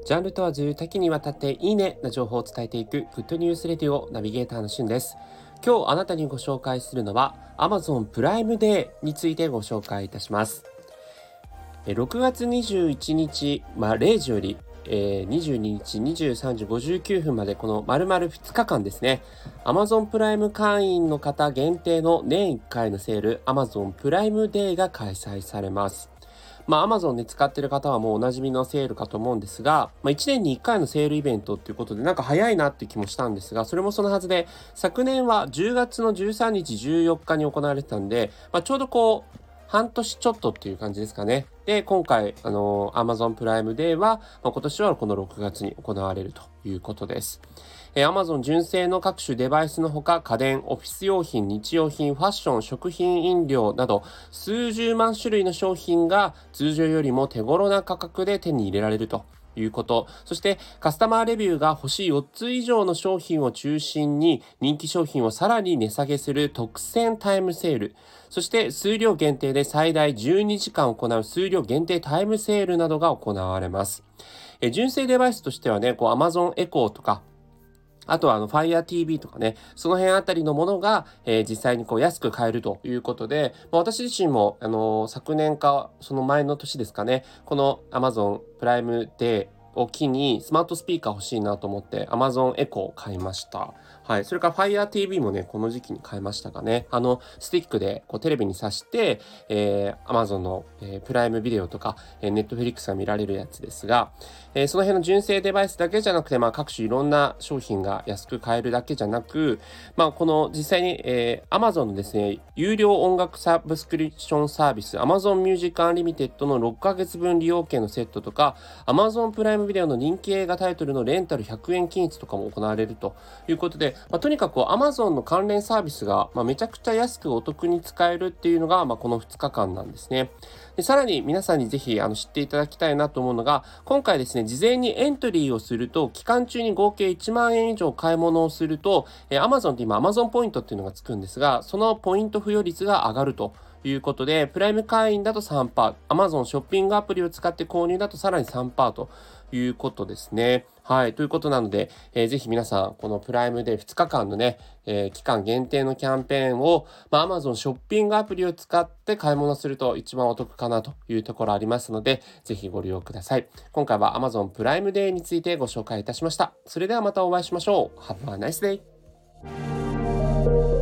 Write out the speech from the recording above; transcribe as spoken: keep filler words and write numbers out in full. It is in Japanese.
ジャンル問わず多岐にわたっていいねな情報を伝えていくグッドニュースレディオナビゲーターのしゅんです。今日あなたにご紹介するのは Amazon プライムデーについてご紹介いたします。ろくがつにじゅういちにち、まあ、れいじよりえー、にじゅうににちにじゅうさんじごじゅうきゅうふんまでこの丸々ふつかかんですね。 Amazon プライム会員の方限定の年いっかいのセール Amazon プライムデーが開催されます。まあ、Amazon で使っている方はもうおなじみのセールかと思うんですが、まあ、いちねんにいっかいのセールイベントっていうことでなんか早いなっていう気もしたんですが、それもそのはずで、昨年はじゅうがつのじゅうさんにちじゅうよっかに行われてたんで、まあ、ちょうどこう半年ちょっとっていう感じですかね。で、今回、あのー、Amazon プライムデーは、まあ、今年はこのろくがつに行われるということです。えー、Amazon 純正の各種デバイスのほか、家電、オフィス用品、日用品、ファッション、食品、飲料など、数十万種類の商品が通常よりも手頃な価格で手に入れられるということ。そしてカスタマーレビューが星よっつ以上の商品を中心に人気商品をさらに値下げする特選タイムセール。そして数量限定で最大じゅうにじかん行う数量限定タイムセールなどが行われます。え純正デバイスとしてはね、こう Amazon Echo とかあとはあの Fire ティーブイ とかね、その辺あたりのものが、えー、実際にこう安く買えるということで、まあ、私自身も、あのー昨年かその前の年ですかね、この Amazon プライムデーを機にスマートスピーカー欲しいなと思って Amazon Echo を買いました。はい。それから Fire ティーブイ もね、この時期に買いましたかね。あの、スティックでこうテレビに挿して、えー、Amazon の、えー、プライムビデオとか、えー、Netflix が見られるやつですが、えー、その辺の純正デバイスだけじゃなくて、まあ、各種いろんな商品が安く買えるだけじゃなく、まあ、この実際に、えー、Amazon のですね、有料音楽サブスクリプションサービス Amazon Music Unlimited のろっかげつぶん利用券のセットとか、Amazon プライムビデオの人気映画タイトルのレンタルひゃくえん均一とかも行われるということで、まあ、とにかく Amazon の関連サービスが、まあ、めちゃくちゃ安くお得に使えるっていうのが、まあ、このふつかかんなんですね。でさらに皆さんにぜひあの知っていただきたいなと思うのが、今回ですね、事前にエントリーをすると、期間中に合計いちまんえん以上買い物をすると、えー、Amazon って今 Amazon ポイントっていうのがつくんですが、そのポイント付与率が上がるということで、プライム会員だと さんパーセント、Amazon ショッピングアプリを使って購入だとさらに さんパーセントということですね。はい。ということなので、えー、ぜひ皆さん、このプライムでふつかかんのね、えー、期間限定のキャンペーンを、まあ、Amazon ショッピングアプリを使って買い物すると一番お得かなというところありますので、ぜひご利用ください。今回は Amazon プライムデーについてご紹介いたしました。それではまたお会いしましょう。Have a nice day!